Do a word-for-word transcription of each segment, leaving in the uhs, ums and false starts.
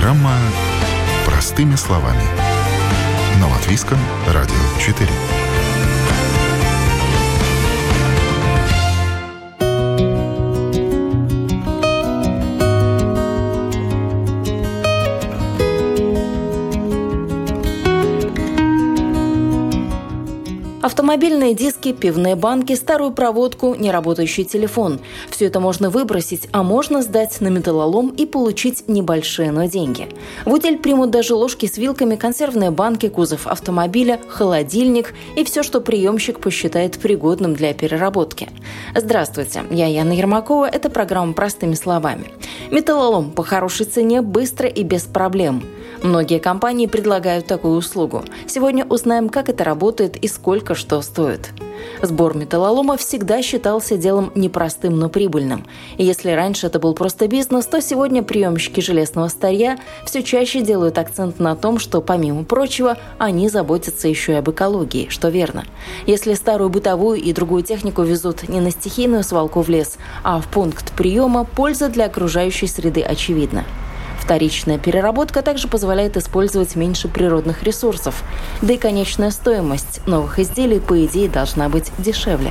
Программа «Простыми словами» на Латвийском радио четыре. Автомобильные диски, пивные банки, старую проводку, неработающий телефон. Все это можно выбросить, а можно сдать на металлолом и получить небольшие, но деньги. В утиль примут даже ложки с вилками, консервные банки, кузов автомобиля, холодильник и все, что приемщик посчитает пригодным для переработки. Здравствуйте, я Яна Ермакова, это программа «Простыми словами». Металлолом по хорошей цене, быстро и без проблем. Многие компании предлагают такую услугу. Сегодня узнаем, как это работает и сколько что стоит. Сбор металлолома всегда считался делом непростым, но прибыльным. И если раньше это был просто бизнес, то сегодня приемщики железного старья все чаще делают акцент на том, что, помимо прочего, они заботятся еще и об экологии, что верно. Если старую бытовую и другую технику везут не на стихийную свалку в лес, а в пункт приема, польза для окружающей среды очевидна. Вторичная переработка также позволяет использовать меньше природных ресурсов. Да и конечная стоимость новых изделий, по идее, должна быть дешевле.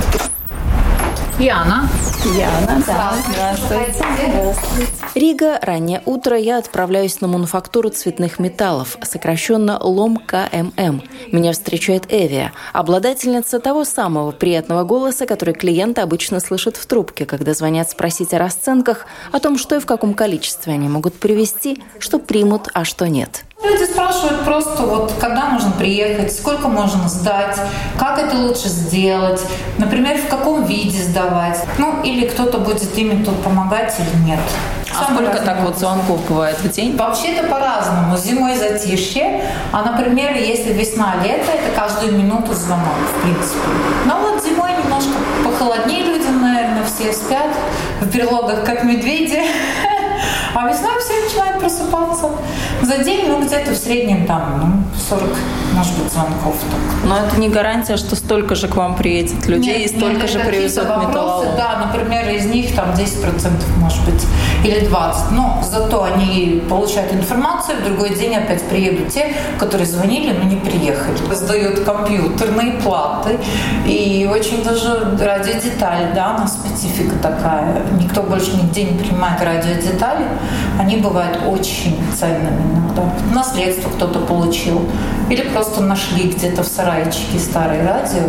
Яна. Яна, да. Здравствуйте. Здравствуйте. Рига, раннее утро, я отправляюсь на мануфактуру цветных металлов, сокращенно ЛОМ Ка Эм Эм. Меня встречает Эвия, обладательница того самого приятного голоса, который клиенты обычно слышат в трубке, когда звонят спросить о расценках, о том, что и в каком количестве они могут привезти, что примут, а что нет. Люди спрашивают просто, вот, когда можно приехать, сколько можно сдать, как это лучше сделать, например, в каком виде сдавать. Ну, или кто-то будет ими тут помогать или нет. А Самый сколько так вот звонков бывает в день? Вообще-то по-разному. Зимой затишье, а, например, если весна-лето, это каждую минуту звонок, в принципе. Но вот зимой немножко похолоднее люди, наверное, все спят в берлогах, как медведи. А весной все начинают просыпаться. За день, ну, где-то в среднем там, ну, сорок, может быть, звонков. Так. Но это не гарантия, что столько же к вам приедет людей нет, и столько нет, же привезут металлолом. Да, например, из них там десять процентов, может быть, или двадцать процентов. Но зато они получают информацию, в другой день опять приедут те, которые звонили, но не приехали. Сдают компьютерные платы и очень даже радиодетали, да, у нас специфика такая. Никто больше нигде не принимает радиодетали. Они бывают очень ценными иногда. Наследство кто-то получил. Или просто нашли где-то в сарайчике старое радио.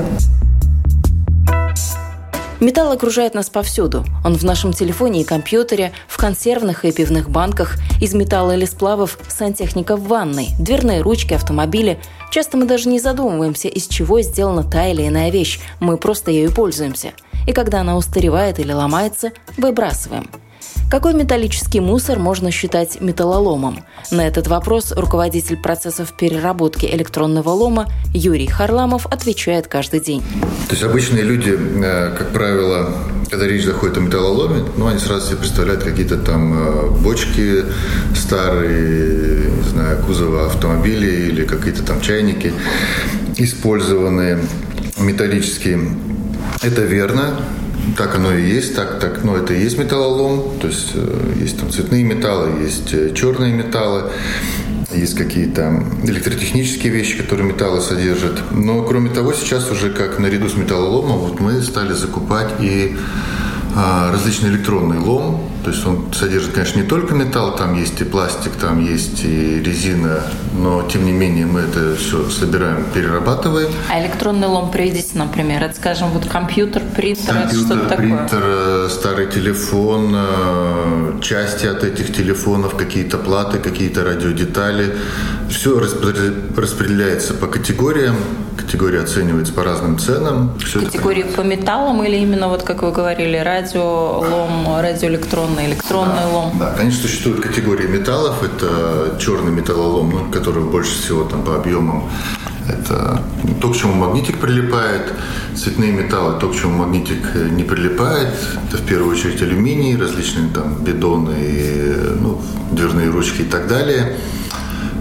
Металл окружает нас повсюду. Он в нашем телефоне и компьютере, в консервных и пивных банках, из металла или сплавов, сантехника в ванной, дверные ручки, автомобили. Часто мы даже не задумываемся, из чего сделана та или иная вещь. Мы просто ею пользуемся. И когда она устаревает или ломается, выбрасываем. Какой металлический мусор можно считать металлоломом? На этот вопрос руководитель процессов переработки электронного лома Юрий Харламов отвечает каждый день. То есть обычные люди, как правило, когда речь заходит о металлоломе, ну, они сразу себе представляют какие-то там бочки старые, не знаю, кузова автомобилей или какие-то там чайники, использованные металлические. Это верно. Так оно и есть, так, так, ну, это и есть металлолом, то есть э, есть там цветные металлы, есть э, черные металлы, есть какие-то электротехнические вещи, которые металлы содержат. Но, кроме того, сейчас уже как наряду с металлоломом вот мы стали закупать и э, различный электронный лом, то есть он содержит, конечно, не только металл, там есть и пластик, там есть и резина, но, тем не менее, мы это все собираем, перерабатываем. А электронный лом приведите, например, это, скажем, вот компьютер, принтер, компьютер, что-то принтер, такое? Старый телефон, части от этих телефонов, какие-то платы, какие-то радиодетали. Все распределяется по категориям. Категория оценивается по разным ценам. Все категории это... по металлам или именно, вот как вы говорили, радиолом, радиоэлектронный, электронный да, лом? Да, конечно, существуют категории металлов. Это черный металлолом, ну, который больше всего там по объемам. Это то, к чему магнитик прилипает, цветные металлы, то, к чему магнитик не прилипает. Это в первую очередь алюминий, различные там бидоны, ну, дверные ручки и так далее.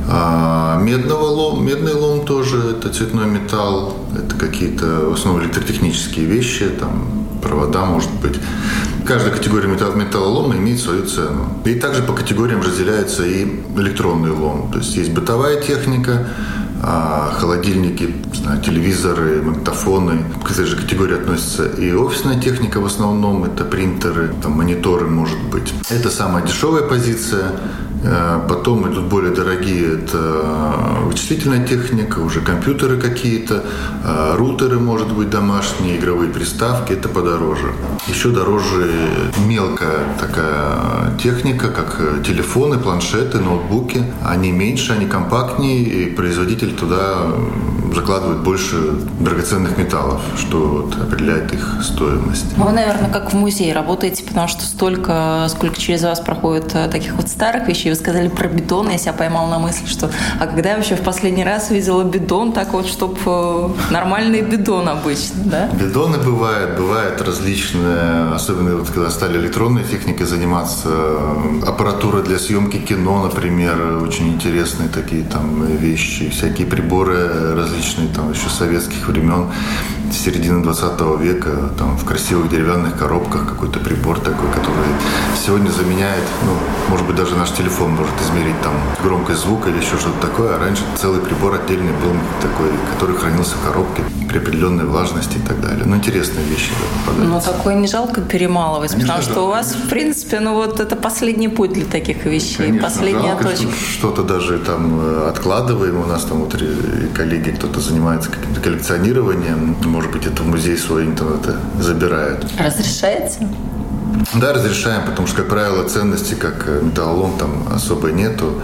А медного лом, медный лом тоже это цветной металл, это какие-то в основном электротехнические вещи, там провода, может быть. Каждая категория металл, металлолома имеет свою цену. И также по категориям разделяется и электронный лом. То есть есть бытовая техника, холодильники, не знаю, телевизоры, магнитофоны. К этой же категории относится и офисная техника в основном. Это принтеры, там, мониторы, может быть. Это самая дешевая позиция. Потом идут более дорогие. Это вычислительная техника, уже компьютеры какие-то, рутеры, может быть, домашние, игровые приставки. Это подороже. Еще дороже мелкая такая техника, как телефоны, планшеты, ноутбуки. Они меньше, они компактнее, и производитель туда закладывает больше драгоценных металлов, что вот определяет их стоимость. Вы, наверное, как в музее работаете, потому что столько, сколько через вас проходит таких вот старых вещей. Вы сказали про бетон, я себя поймала на мысли, что а когда я вообще в последний раз видела бидон, так вот, чтобы нормальный бидон обычно, да? Бидоны бывают, бывают различные, особенно вот когда стали электронной техникой заниматься, аппаратура для съемки кино, например, очень интересные такие там вещи, всякие приборы различные, там еще советских времен, середины двадцатого века, там в красивых деревянных коробках какой-то прибор такой, который сегодня заменяет, ну, может быть, даже наш телефон может измерить там громкость звука или еще что-то такое, а раньше целый прибор отдельный был такой, который хранился в коробке при определенной влажности и так далее. Ну, интересные вещи. Ну, такое не жалко перемалывать, а потому что жалко. У вас, в принципе, ну, вот это последний путь для таких вещей, конечно, последняя жалко, точка. Что-то даже там откладываем, у нас там вот коллеги, кто-то занимается каким-то коллекционированием, может быть, это в музей свой интернет забирают. Разрешаете? Да, разрешаем, потому что, как правило, ценности, как металлолом, там особо нету.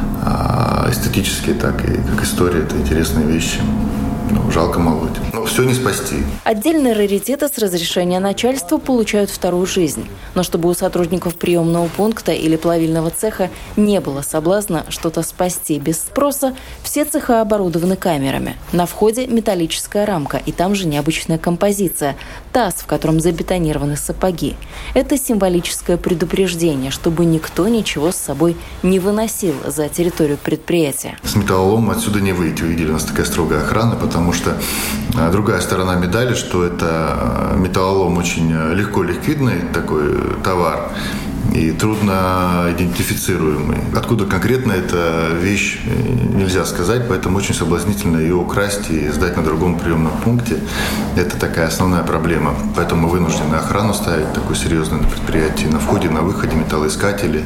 А эстетические, так и как история, это интересные вещи. Ну, жалко молоть. Но все не спасти. Отдельные раритеты с разрешения начальства получают вторую жизнь. Но чтобы у сотрудников приемного пункта или плавильного цеха не было соблазна что-то спасти без спроса, все цеха оборудованы камерами. На входе металлическая рамка, и там же необычная композиция – таз, в котором забетонированы сапоги. Это символическое предупреждение, чтобы никто ничего с собой не выносил за территорию предприятия. С металлоломом отсюда не выйти. Вы видели, у нас такая строгая охрана, потому что другая сторона медали, что это металлолом очень легко ликвидный такой товар и трудно идентифицируемый. Откуда конкретно эта вещь, нельзя сказать, поэтому очень соблазнительно ее украсть и сдать на другом приемном пункте. Это такая основная проблема. Поэтому мы вынуждены охрану ставить такую серьезную на предприятии, на входе, на выходе, металлоискатели.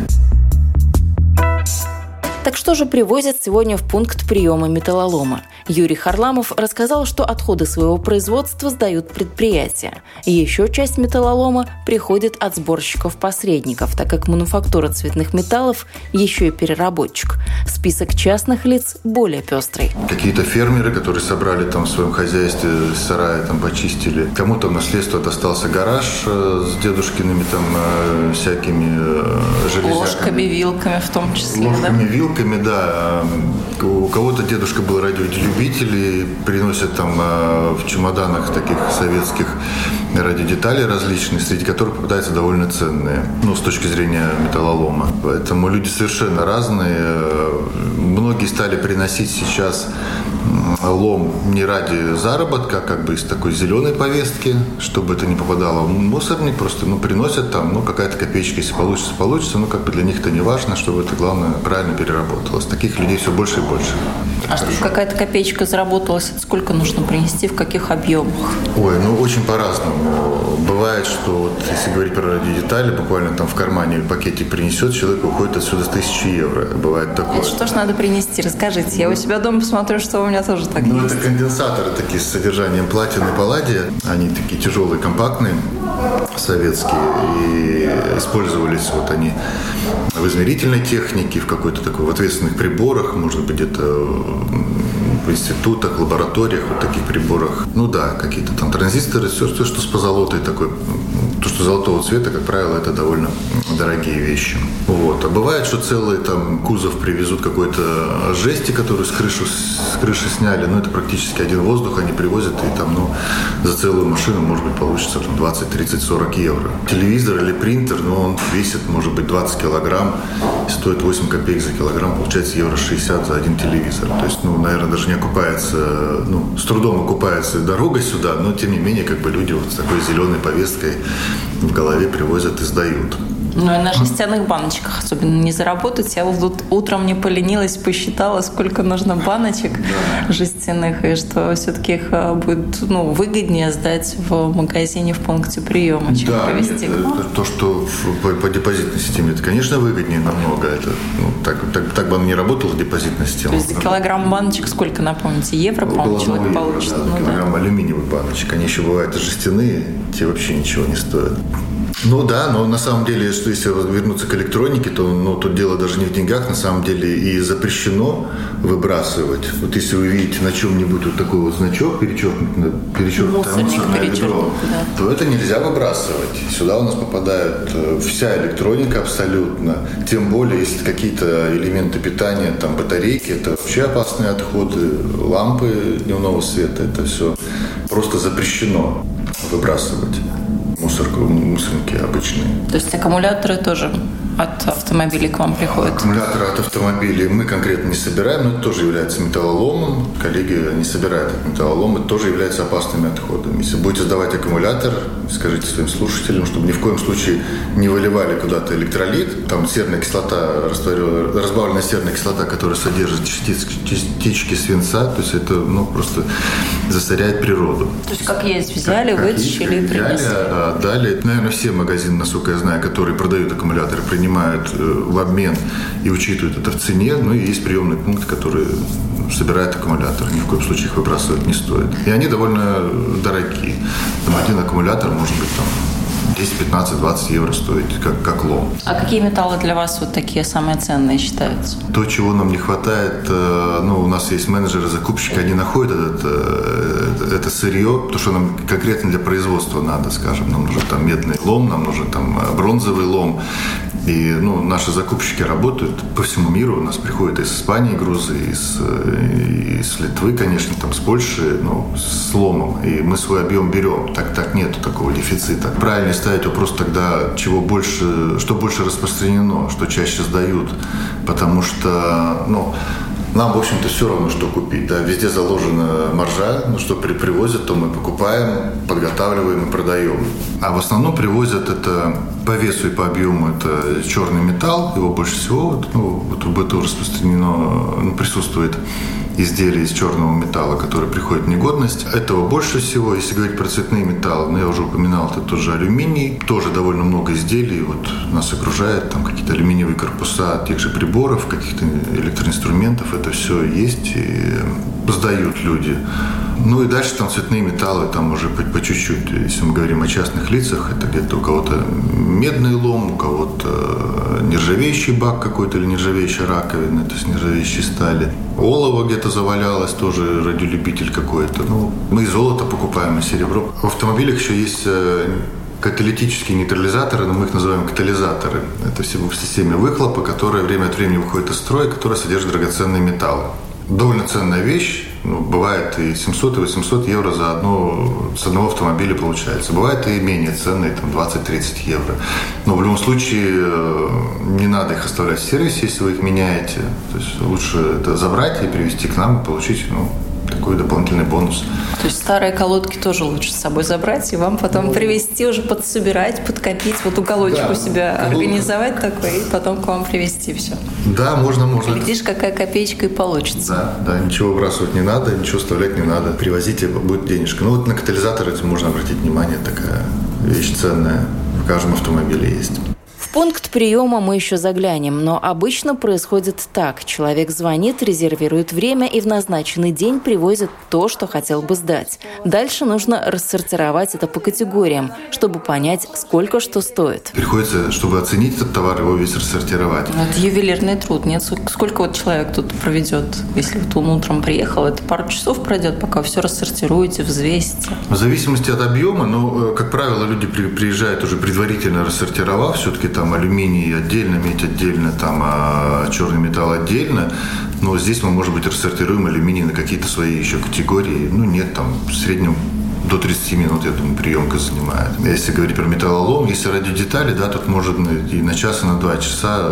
Так что же привозят сегодня в пункт приема металлолома? Юрий Харламов рассказал, что отходы своего производства сдают предприятия. И еще часть металлолома приходит от сборщиков-посредников, так как мануфактура цветных металлов еще и переработчик. Список частных лиц более пестрый. Какие-то фермеры, которые собрали там в своем хозяйстве сарай, там почистили. Кому-то в наследство достался гараж с дедушкиными там всякими железяками. Ложками, вилками в том числе. Ложками, да? вилками, да. У кого-то дедушка был радиолюбитель, приносят там в чемоданах таких советских радиодетали различные, среди которых попадаются довольно ценные, ну, с точки зрения металлолома. Поэтому люди совершенно разные. Многие стали приносить сейчас лом не ради заработка, а как бы из такой зеленой повестки, чтобы это не попадало в мусорник, просто, ну, приносят там, ну, какая-то копеечка, если получится, получится, ну, как бы для них это не важно, чтобы это, главное, правильно переработалось. Таких людей все больше и больше. А чтобы какая-то копеечка заработалась, сколько нужно принести, в каких объемах? Ой, ну, очень по-разному. Бывает, что вот, если говорить про радиодетали, буквально там в кармане пакетик принесет, человек уходит отсюда с тысячи евро. Бывает такое. Это что ж надо принести? Расскажите. Я у себя дома посмотрю, что у меня тоже так ну, есть. Это конденсаторы такие с содержанием платины и палладия. Они такие тяжелые, компактные, советские. И использовались вот они в измерительной технике, в какой-то такой, в ответственных приборах, может быть, где-то в институтах, лабораториях, вот таких приборах. Ну да, какие-то там транзисторы, все, все, что с позолотой такой, то, что золотого цвета, как правило, это довольно дорогие вещи. Вот. А бывает, что целый там кузов привезут какой-то жести, которую с крыши, с крыши сняли, но это практически один воздух, они привозят, и там, ну, за целую машину, может быть, получится там, двадцать, тридцать, сорок евро. Телевизор или принтер, ну, он весит, может быть, двадцать килограмм, и стоит восемь копеек за килограмм, получается евро шестьдесят за один телевизор. То есть, ну, наверное, даже не окупается, ну, с трудом окупается дорога сюда, но, тем не менее, как бы люди вот с такой зеленой повесткой в голове привозят и сдают. Ну и на жестяных баночках особенно не заработать. Я вот утром не поленилась, посчитала, сколько нужно баночек да. жестяных, и что все-таки их будет ну, выгоднее сдать в магазине в пункте приема, чем да, привезти. Это, это то, что по, по депозитной системе, это, конечно, выгоднее намного. Это, ну, так, так, так бы оно не работало, депозитная система. То есть за килограмм баночек сколько, напомните, евро, по-моему, человек евро, получит? Да, ну, килограмм да. алюминиевых баночек. Они еще бывают и жестяные, те вообще ничего не стоят. Ну да, но на самом деле, что если вернуться к электронике, то ну, тут дело даже не в деньгах, на самом деле и запрещено выбрасывать. Вот если вы видите на чем-нибудь вот такой вот значок перечеркнутый, перечеркнутое мусорное ведро, да. то это нельзя выбрасывать. Сюда у нас попадает вся электроника абсолютно. Тем более, если какие-то элементы питания, там батарейки, это вообще опасные отходы, лампы дневного света, это все просто запрещено выбрасывать. Мусорку, мусорники обычные. То есть аккумуляторы тоже от автомобилей к вам приходят? Аккумуляторы от автомобилей мы конкретно не собираем, но это тоже является металлоломом. Коллеги не собирают металлолом, это тоже является опасными отходами. Если будете сдавать аккумулятор, скажите своим слушателям, чтобы ни в коем случае не выливали куда-то электролит. Там серная кислота, разбавленная серная кислота, которая содержит частички, частички свинца, то есть это ну, просто засоряет природу. То есть как есть взяли, как вытащили и принесли? Отдали. Наверное, все магазины, насколько я знаю, которые продают аккумуляторы, принимают в обмен и учитывают это в цене. Ну и есть приемный пункт, который собирает аккумулятор. Ни в коем случае их выбрасывать не стоит. И они довольно дорогие. Там один аккумулятор может быть там десять, пятнадцать, двадцать евро стоит, как, как лом. А какие металлы для вас вот такие самые ценные считаются? То, чего нам не хватает, ну, у нас есть менеджеры-закупщики, они находят это, это сырье, потому что нам конкретно для производства надо, скажем, нам нужен там медный лом, нам нужен там бронзовый лом. И ну, наши закупщики работают по всему миру. У нас приходят из Испании грузы, из, из Литвы, конечно, там, с Польши, ну, с ломом. И мы свой объем берем. Так, так нету такого дефицита. Правильно ставить вопрос тогда, чего больше, что больше распространено, что чаще сдают. Потому что, ну, нам, в общем-то, все равно, что купить. Да? Везде заложена маржа. Ну, что при, привозят, то мы покупаем, подготавливаем и продаем. А в основном привозят это по весу и по объему это черный металл. Его больше всего вот, ну, вот в быту распространено, ну, присутствует изделия из черного металла, которые приходят в негодность. Этого больше всего. Если говорить про цветные металлы, ну, я уже упоминал, это тоже алюминий. Тоже довольно много изделий вот, нас окружает. Там какие-то алюминиевые корпуса тех же приборов, каких-то электроинструментов. Это все есть и сдают люди. Ну и дальше там цветные металлы, там уже по, по чуть-чуть. Если мы говорим о частных лицах, это где-то у кого-то медный лом, у кого-то нержавеющий бак какой-то или нержавеющая раковина, это с нержавеющей стали. Олово где-то завалялось, тоже радиолюбитель какой-то. Ну, мы и золото покупаем, и серебро. В автомобилях еще есть каталитические нейтрализаторы, но мы их называем катализаторы. Это всего в системе выхлопа, которая время от времени выходит из строя, которая содержит драгоценные металлы. Довольно ценная вещь. Ну, бывает и семьсот, и восемьсот евро за одну, с одного автомобиля получается. Бывает и менее ценные, там двадцать-тридцать евро. Но в любом случае не надо их оставлять в сервисе, если вы их меняете. То есть лучше это забрать и привезти к нам и получить, ну, такой дополнительный бонус. То есть старые колодки тоже лучше с собой забрать и вам потом ну, привезти, уже подсобирать, подкопить, вот уголочек да, у себя колодка. Организовать такой и потом к вам привезти все. Да, можно, можно. Глядишь, какая копеечка и получится. Да, да, ничего выбрасывать не надо, ничего оставлять не надо. Привозите, будет денежка. Ну вот на катализатор этим можно обратить внимание, такая вещь ценная. В каждом автомобиле есть. пункт приема мы еще заглянем, но обычно происходит так. Человек звонит, резервирует время и в назначенный день привозит то, что хотел бы сдать. Дальше нужно рассортировать это по категориям, чтобы понять, сколько что стоит. Приходится, чтобы оценить этот товар, его весь рассортировать. Это ювелирный труд. Нет, сколько вот человек тут проведет? Если вот он утром приехал, это пару часов пройдет, пока все рассортируете, взвесите? В зависимости от объема, но, как правило, люди приезжают уже предварительно рассортировав, все-таки там Там алюминий отдельно, медь отдельно, там, а черный металл отдельно. Но здесь мы, может быть, рассортируем алюминий на какие-то свои еще категории. Ну, нет, там, в среднем до тридцати минут, я думаю, приемка занимает. Если говорить про металлолом, если радиодетали, да, тут можно и на час, и на два часа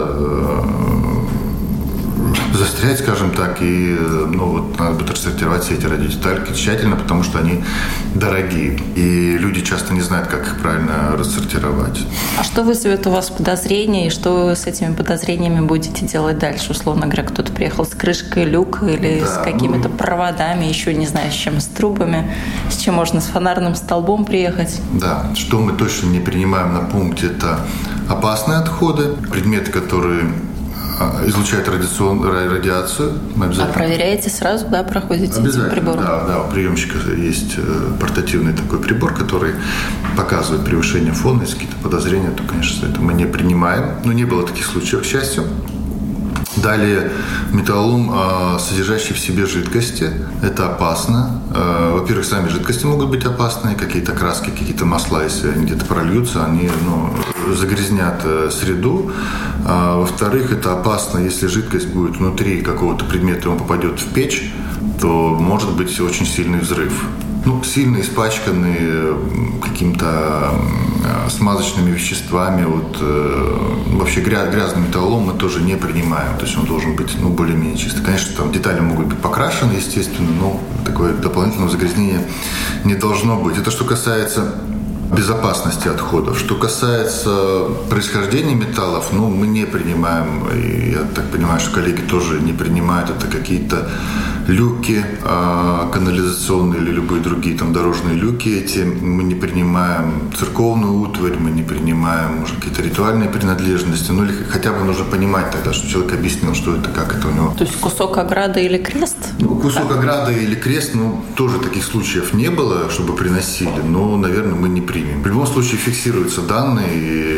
застрять, скажем так, и ну, вот, надо будет рассортировать все эти радиодетальки тщательно, потому что они дорогие, и люди часто не знают, как их правильно рассортировать. А что вызовет у вас подозрения, и что вы с этими подозрениями будете делать дальше? Условно говоря, кто-то приехал с крышкой люка или да, с какими-то ну... проводами, еще не знаю, с чем, с трубами, с чем можно с фонарным столбом приехать? Да, что мы точно не принимаем на пункте, это опасные отходы, предметы, которые излучает радиацию. Мы а проверяете сразу, да, проходите этим прибором? Да, да, у приемщика есть портативный такой прибор, который показывает превышение фона. Если какие-то подозрения, то, конечно, это мы не принимаем. Но не было таких случаев, к счастью. Далее металлолом, содержащий в себе жидкости. Это опасно. Во-первых, сами жидкости могут быть опасные. Какие-то краски, какие-то масла, если они где-то прольются, они ну, загрязнят среду. Во-вторых, это опасно, если жидкость будет внутри какого-то предмета, и он попадет в печь, то может быть очень сильный взрыв. Ну, сильно испачканные какими-то смазочными веществами, вот, э, вообще гряз, грязный металлолом мы тоже не принимаем, то есть он должен быть ну, более-менее чистый. Конечно, там детали могут быть покрашены, естественно, но такое дополнительного загрязнения не должно быть. Это что касается безопасности отходов. Что касается происхождения металлов, ну, мы не принимаем, и я так понимаю, что коллеги тоже не принимают, это какие-то люки канализационные или любые другие там дорожные люки эти. Мы не принимаем церковную утварь, мы не принимаем, может, какие-то ритуальные принадлежности. Ну, или хотя бы нужно понимать тогда, что человек объяснил, что это, как это у него. То есть кусок ограды или крест? Ну, кусок так. ограды или крест, ну, тоже таких случаев не было, чтобы приносили, но, наверное, мы не примем. В любом случае фиксируются данные,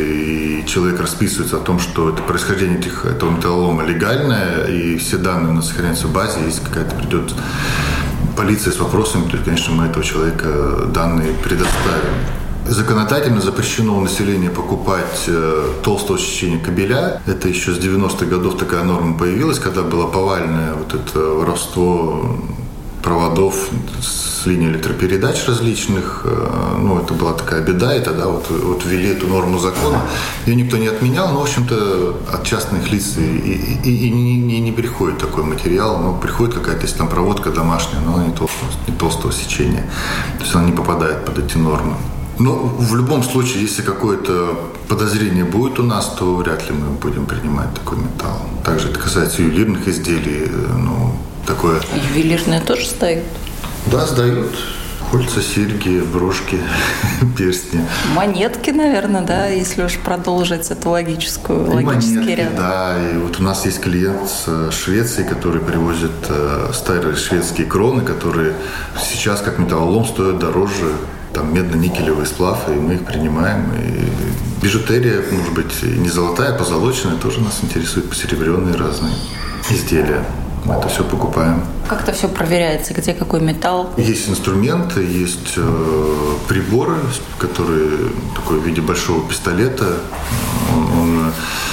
и человек расписывается о том, что это происхождение этих, этого металлолома легальное, и все данные у нас сохраняются в базе, если какая-то придет полиция с вопросами, то, конечно, мы этого человека данные предоставим. Законодательно запрещено у населения покупать э, толстого сечения кабеля. Это еще с девяностых годов такая норма появилась, когда было повальное вот это воровство проводов с линий электропередач различных. Ну, это была такая беда, и тогда вот, вот ввели эту норму закона. Ее никто не отменял, но, в общем-то, от частных лиц и, и, и, и не, не приходит такой материал. Ну, приходит какая-то, если там проводка домашняя, но она не толстого, не толстого сечения. То есть она не попадает под эти нормы. Но в любом случае, если какое-то подозрение будет у нас, то вряд ли мы будем принимать такой металл. Также это касается ювелирных изделий, ну, такое. Ювелирные тоже сдают? Да, сдают. Кольца, серьги, брошки, перстни. Монетки, наверное, да, если уж продолжить эту логическую, и логический монетки, ряд. Да, и вот у нас есть клиент с Швеции, который привозит старые шведские кроны, которые сейчас как металлолом стоят дороже. Там медно-никелевый сплав, и мы их принимаем. И бижутерия, может быть, не золотая, а позолоченная, тоже нас интересует, посеребренные разные изделия. Мы это все покупаем. Как это все проверяется? Где какой металл? Есть инструменты, есть э, приборы, которые такой в виде большого пистолета. Он, он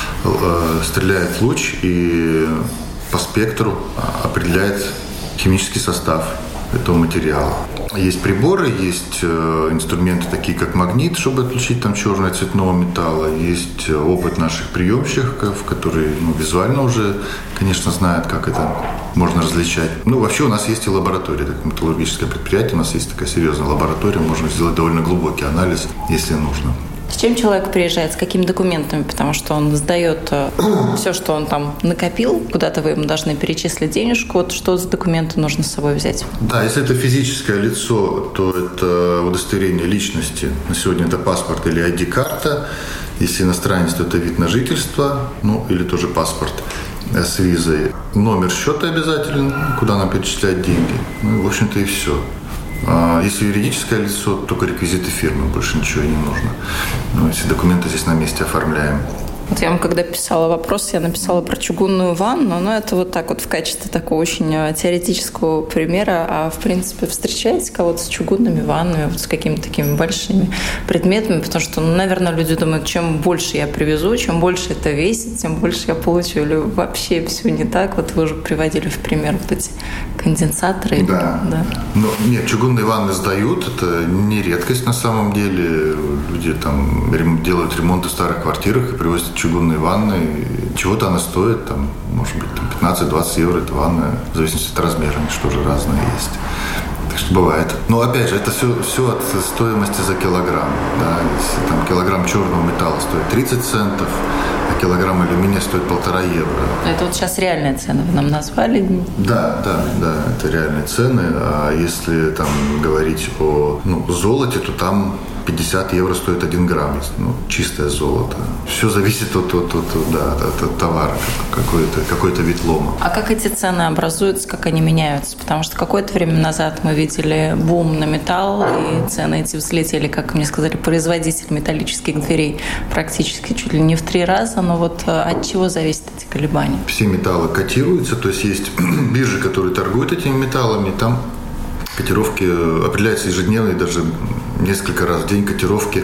э, стреляет луч и по спектру определяет химический состав этого материала. Есть приборы, есть э, инструменты такие, как магнит, чтобы отличить там черное от цветного металла. Есть опыт наших приемщиков, которые ну, визуально уже, конечно, знают, как это можно различать. Ну, вообще у нас есть и лаборатория, так, металлургическое предприятие, у нас есть такая серьезная лаборатория, можно сделать довольно глубокий анализ, если нужно. С чем человек приезжает, с какими документами? Потому что он сдает все, что он там накопил, куда-то вы ему должны перечислить денежку. Вот что за документы нужно с собой взять? Да, если это физическое лицо, то это удостоверение личности. На сегодня это паспорт или ай ди-карта. Если иностранец, то это вид на жительство, ну или тоже паспорт с визой. Номер счета обязателен, куда нам перечислять деньги. Ну, в общем-то, и все. А если юридическое лицо, только реквизиты фирмы, больше ничего и не нужно. Ну, если документы здесь на месте оформляем. Вот я вам, когда писала вопрос, я написала про чугунную ванну, но это вот так вот в качестве такого очень теоретического примера. А в принципе, встречаете кого-то с чугунными ваннами, вот с какими-то такими большими предметами? Потому что, ну, наверное, люди думают, чем больше я привезу, чем больше это весит, тем больше я получу. Или вообще все не так? Вот вы уже приводили в пример вот эти конденсаторы. Да. да. Но, нет, чугунные ванны сдают, это не редкость на самом деле. Люди там делают ремонт в старых квартирах и привозят чугунные ванны. Чего-то она стоит, там, может быть, пятнадцать-двадцать евро эта ванна, в зависимости от размера, они что же разные есть. Так что бывает. Но опять же, это все, все от стоимости за килограмм. Да? Если там килограмм черного металла стоит тридцать центов, а килограмм алюминия стоит полтора евро. Это вот сейчас реальные цены вы нам назвали? Да, да, да, это реальные цены. А если там говорить о ну, золоте, то там пятьдесят евро стоит один грамм, ну, чистое золото. Все зависит от, от, от, да, от, от товара, какой-то, какой-то вид лома. А как эти цены образуются, как они меняются? Потому что какое-то время назад мы видели бум на металл, и цены эти взлетели, как мне сказали, производитель металлических дверей практически чуть ли не в три раза. Но вот от чего зависят эти колебания? Все металлы котируются, то есть есть биржи, которые торгуют этими металлами, там котировки определяются ежедневно, и даже несколько раз в день котировки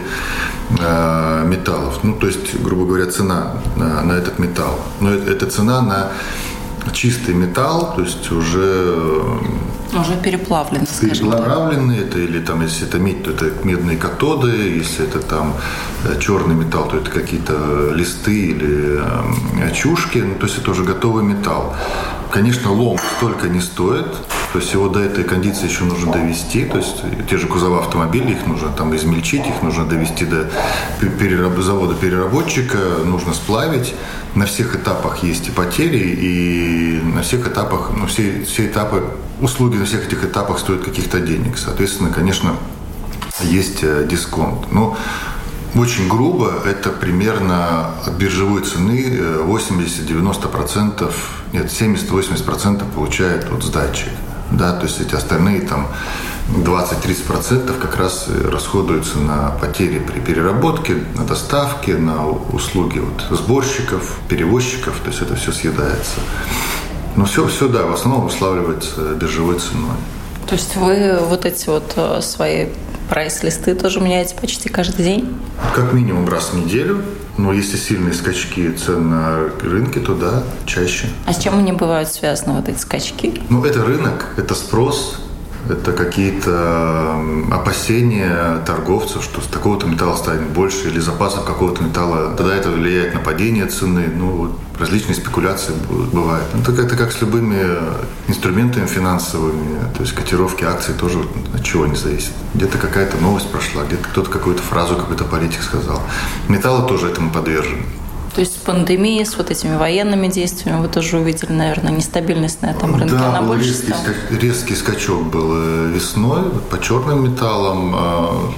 э, металлов. Ну, то есть, грубо говоря, цена на, на этот металл. Но это, это цена на чистый металл, то есть уже... Уже переплавленный, скажем так. Переплавленный, это или там, если это медь, то это медные катоды, если это там черный металл, то это какие-то листы или э, чушки, ну, то есть это уже готовый металл. Конечно, лом столько не стоит, то есть его до этой кондиции еще нужно довести, то есть те же кузова автомобилей, их нужно там измельчить, их нужно довести до перераб... завода-переработчика, нужно сплавить. На всех этапах есть и потери, и на всех этапах, ну, все, все этапы, услуги на всех этих этапах стоят каких-то денег. Соответственно, конечно, есть дисконт. Но очень грубо это примерно от биржевой цены восемьдесят-девяносто процентов, нет, семьдесят-восемьдесят процентов получает от сдачи. Да, то есть эти остальные там двадцать-тридцать процентов как раз расходуются на потери при переработке, на доставке, на услуги вот, сборщиков, перевозчиков, то есть это все съедается. Но все, все, да, в основном обуславливается биржевой ценой. То есть вы вот эти вот свои прайс-листы тоже меняете почти каждый день? Как минимум раз в неделю. Но если сильные скачки цен на рынке, то да, чаще. А с чем они бывают связаны, вот эти скачки? Ну, это рынок, это спрос, это какие-то опасения торговцев, что с такого-то металла станет больше, или запасов какого-то металла. Тогда это влияет на падение цены. Ну, вот различные спекуляции бывают. Это, это как с любыми инструментами финансовыми. То есть котировки акций тоже от чего не зависит. Где-то какая-то новость прошла, где-то кто-то какую-то фразу, какой-то политик сказал. Металлы тоже этому подвержены. То есть с пандемией, с вот этими военными действиями вы тоже увидели, наверное, нестабильность на этом рынке? Да, она был больше резкий, скач... резкий скачок был весной по черным металлам.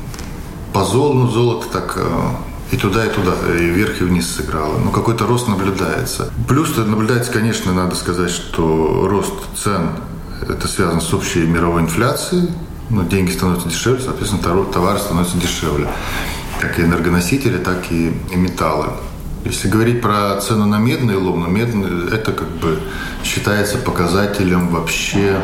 По золоту, золото так и туда, и туда, и вверх, и вниз сыграло. Но какой-то рост наблюдается. Плюс наблюдается, конечно, надо сказать, что рост цен это связано с общей мировой инфляцией. Ну, деньги становятся дешевле, соответственно, товары становятся дешевле. Как и энергоносители, так и, и металлы. Если говорить про цену на медный лом, ну, медный, это как бы считается показателем вообще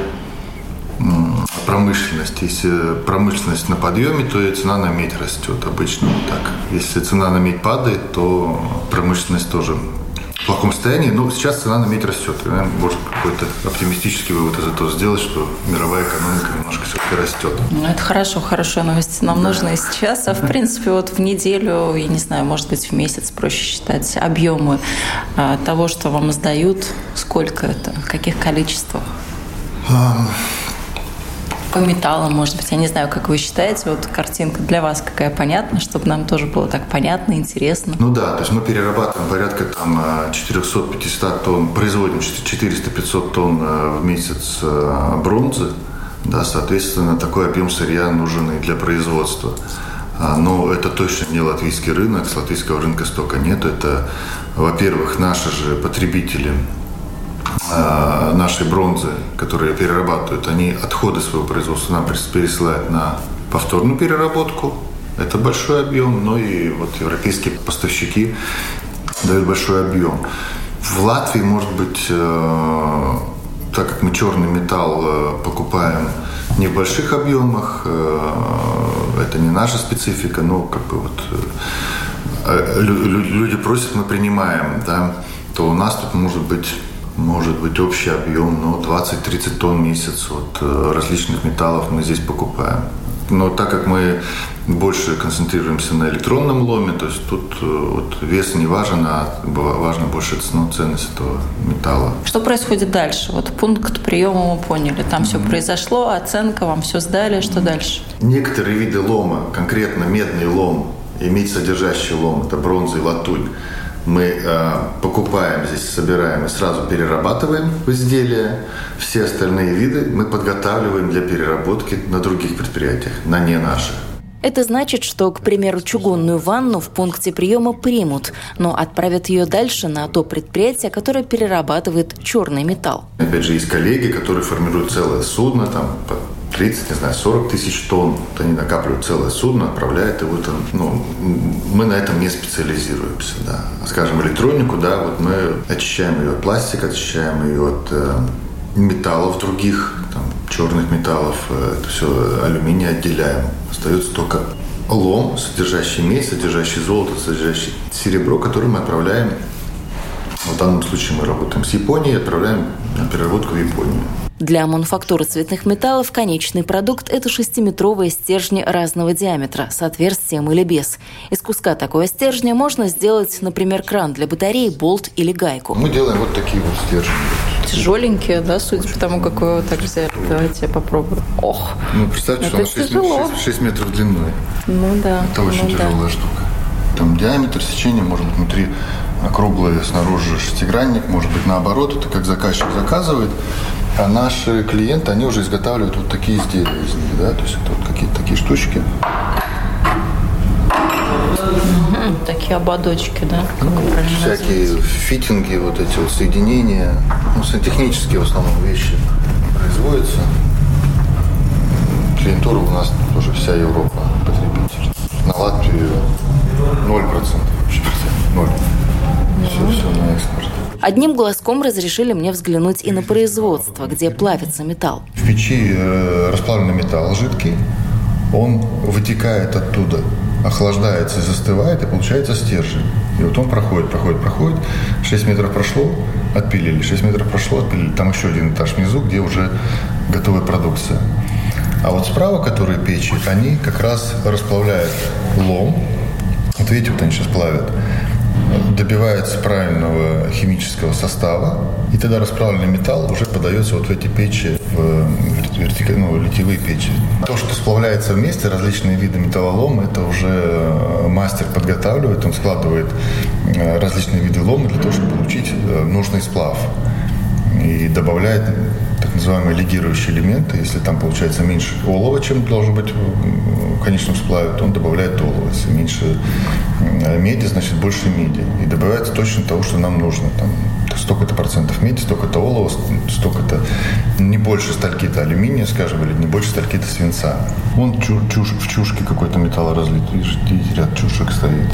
промышленности. Если промышленность на подъеме, то и цена на медь растет обычно вот так. Если цена на медь падает, то промышленность тоже в плохом состоянии. Но сейчас цена на медь растет. И, наверное, можно какой-то оптимистический вывод из этого сделать, что мировая экономика немножко все-таки растет. Ну, это хорошо, хорошие новости нам да. нужны сейчас. А в принципе, вот в неделю, я не знаю, может быть, в месяц проще считать объемы а, того, что вам сдают. Сколько это? В каких количествах? по металлам, может быть? Я не знаю, как вы считаете, вот картинка для вас какая понятна, чтобы нам тоже было так понятно, интересно. Ну да, то есть мы перерабатываем порядка там четыреста-пятьдесят тонн, производим четыреста-пятьсот тонн в месяц бронзы. Да, соответственно, такой объем сырья нужен и для производства. Но это точно не латвийский рынок, с латвийского рынка столько нет. Это, во-первых, наши же потребители нашей бронзы, которые перерабатывают, они отходы своего производства нам пересылают на повторную переработку. Это большой объем, но и вот европейские поставщики дают большой объем. В Латвии, может быть, так как мы черный металл покупаем не в больших объемах, это не наша специфика, но как бы вот люди просят, мы принимаем, да, то у нас тут может быть Может быть общий объем, ну, двадцать-тридцать тонн в месяц от различных металлов мы здесь покупаем. Но так как мы больше концентрируемся на электронном ломе, то есть тут вот вес не важен, а важна больше ну, ценность этого металла. Что происходит дальше? Вот пункт приема мы поняли, там mm-hmm. все произошло, оценка, вам все сдали, что дальше? Некоторые виды лома, конкретно медный лом и медь содержащий лом, это бронза и латунь, мы э, покупаем здесь, собираем и сразу перерабатываем в изделия. Все остальные виды мы подготавливаем для переработки на других предприятиях, на не наших. Это значит, что, к примеру, чугунную ванну в пункте приема примут, но отправят ее дальше на то предприятие, которое перерабатывает черный металл. Опять же, есть коллеги, которые формируют целое судно, там, по тридцать, не знаю, сорок тысяч тонн. Вот они накапливают целое судно, отправляют его там. Ну, мы на этом не специализируемся, да. Скажем, электронику, да, вот мы очищаем ее от пластика, очищаем ее от э, металлов других, там, черных металлов, э, это все алюминий отделяем. Остается только лом, содержащий медь, содержащий золото, содержащий серебро, который мы отправляем. В данном случае мы работаем с Японией, отправляем на переработку в Японию. Для мануфактуры цветных металлов конечный продукт – это шестиметровые стержни разного диаметра, с отверстием или без. Из куска такого стержня можно сделать, например, кран для батареи, болт или гайку. Мы делаем вот такие вот стержни. Тяжеленькие, да, судя по тому, как вы его так взяли. Давайте я попробую. Ох, ну, представьте, что она шесть метров длиной. Ну да. Это очень ну, тяжелая да. штука. Там диаметр сечения может быть внутри круглый, снаружи шестигранник, может быть наоборот. Это как заказчик заказывает. А наши клиенты, они уже изготавливают вот такие изделия из них, да, то есть это вот какие-то такие штучки. Угу, такие ободочки, да? Ну, всякие назвать? Фитинги, вот эти вот соединения, ну, сантехнические в основном вещи производятся. Клиентура у нас тоже вся Европа потребитель. На Латвию ноль процентов вообще, ноль. Все, все на экспорт. Одним глазком разрешили мне взглянуть и на производство, где плавится металл. В печи э, расплавленный металл жидкий, он вытекает оттуда, охлаждается и застывает, и получается стержень. И вот он проходит, проходит, проходит. шесть метров прошло, отпилили. шесть метров прошло, отпилили. Там еще один этаж внизу, где уже готовая продукция. А вот справа, которые печи, они как раз расплавляют лом. Вот видите, вот они сейчас плавят. Добивается правильного химического состава, и тогда расплавленный металл уже подается вот в эти печи, в вертика, ну, литьевые печи. То, что сплавляется вместе, различные виды металлолома, это уже мастер подготавливает, он складывает различные виды лома для того, чтобы получить нужный сплав. И добавляет так называемые лигирующие элементы. Если там получается меньше олова, чем должен быть в конечном сплаве, то он добавляет олово. Если меньше меди, значит больше меди. И добавляется точно того, что нам нужно. Там столько-то процентов меди, столько-то олова, столько-то не больше стальки-то алюминия, скажем, или не больше стальки-то свинца. Вон чуш, чуш, в чушке какой-то металл разлит. Видишь, ряд чушек стоит.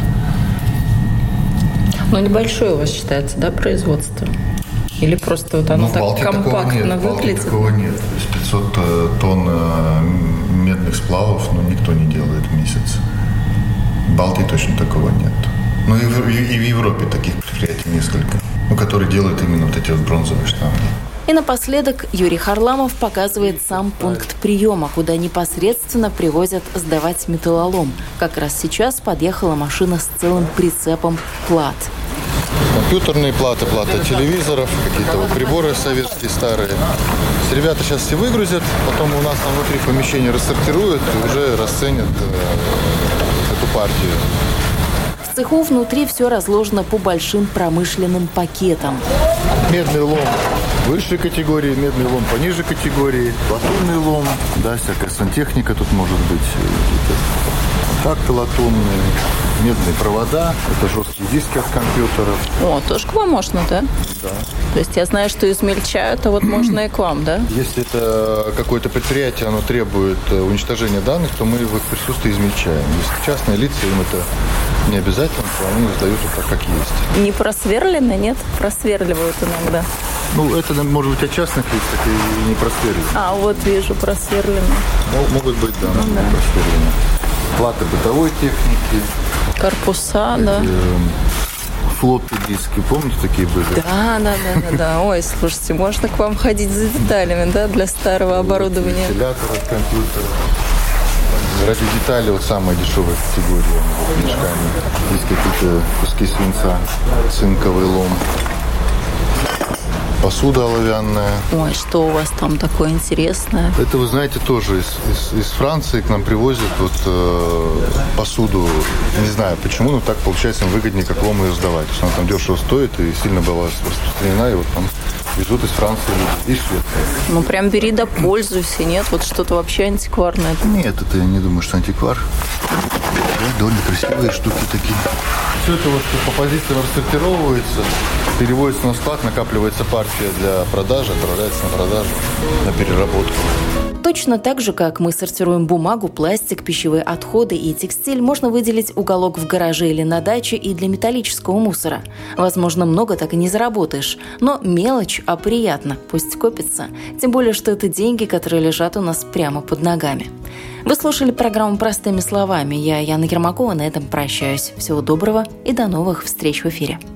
Ну, небольшое у вас считается, да, производство? Или просто вот оно ну, так компактно выглядит? В такого нет. То есть пятьсот тонн медных сплавов ну, никто не делает в месяц. В Балтии точно такого нет. Ну и в, и в Европе таких предприятий несколько, ну, которые делают именно вот эти вот бронзовые штанги. И напоследок Юрий Харламов показывает сам пункт приема, куда непосредственно привозят сдавать металлолом. Как раз сейчас подъехала машина с целым прицепом плат. Компьютерные платы, платы телевизоров, какие-то вот приборы советские старые. Ребята сейчас все выгрузят, потом у нас там внутри помещения рассортируют и уже расценят э, эту партию. В цеху внутри все разложено по большим промышленным пакетам. Медный лом высшей категории, медный лом пониже категории, латунный лом, да, всякая сантехника тут может быть, контакты латунные, медные провода, это жесткие диски от компьютеров. О, тоже к вам можно, да? Да. То есть я знаю, что измельчают, а вот можно и к вам, да? Если это какое-то предприятие, оно требует уничтожения данных, то мы в их присутствии измельчаем. Если частные лица, им это не обязательно, то они сдают это как есть. Не просверлено, нет? Просверливают иногда. Ну, это может быть от частных лиц, так и не просверлено. А, вот вижу, просверлено. Ну, могут быть, да, ну, могут да. быть просверлены. Платы бытовой техники. Корпуса, да. Флоппи диски, помните, такие были? Да, да, да, да, да. Ой, слушайте, можно к вам ходить за деталями, да, для старого оборудования. Вентилятор от компьютера. Ради деталей вот самая дешевая категория вот, мешками. Здесь какие-то куски свинца, цинковый лом. Посуда оловянная. Ой, что у вас там такое интересное? Это, вы знаете, тоже из, из, из Франции к нам привозят вот, э, посуду. Не знаю почему, но так получается им выгоднее как лом ее сдавать. Потому что она там дешево стоит и сильно была распространена. И вот там везут из Франции люди, из Швеции. Ну, прям бери да пользуйся, нет? Вот что-то вообще антикварное. Нет, это я не думаю, что антиквар. Довольно красивые штуки такие. Все это вот по позициям рассортировывается, переводится на склад, накапливается партия для продажи, отправляется на продажу, на переработку. Точно так же, как мы сортируем бумагу, пластик, пищевые отходы и текстиль, можно выделить уголок в гараже или на даче и для металлического мусора. Возможно, много так и не заработаешь, но мелочь, а приятно, пусть копится. Тем более, что это деньги, которые лежат у нас прямо под ногами. Вы слушали программу «Простыми словами». Я, Яна Ермакова, на этом прощаюсь. Всего доброго и до новых встреч в эфире.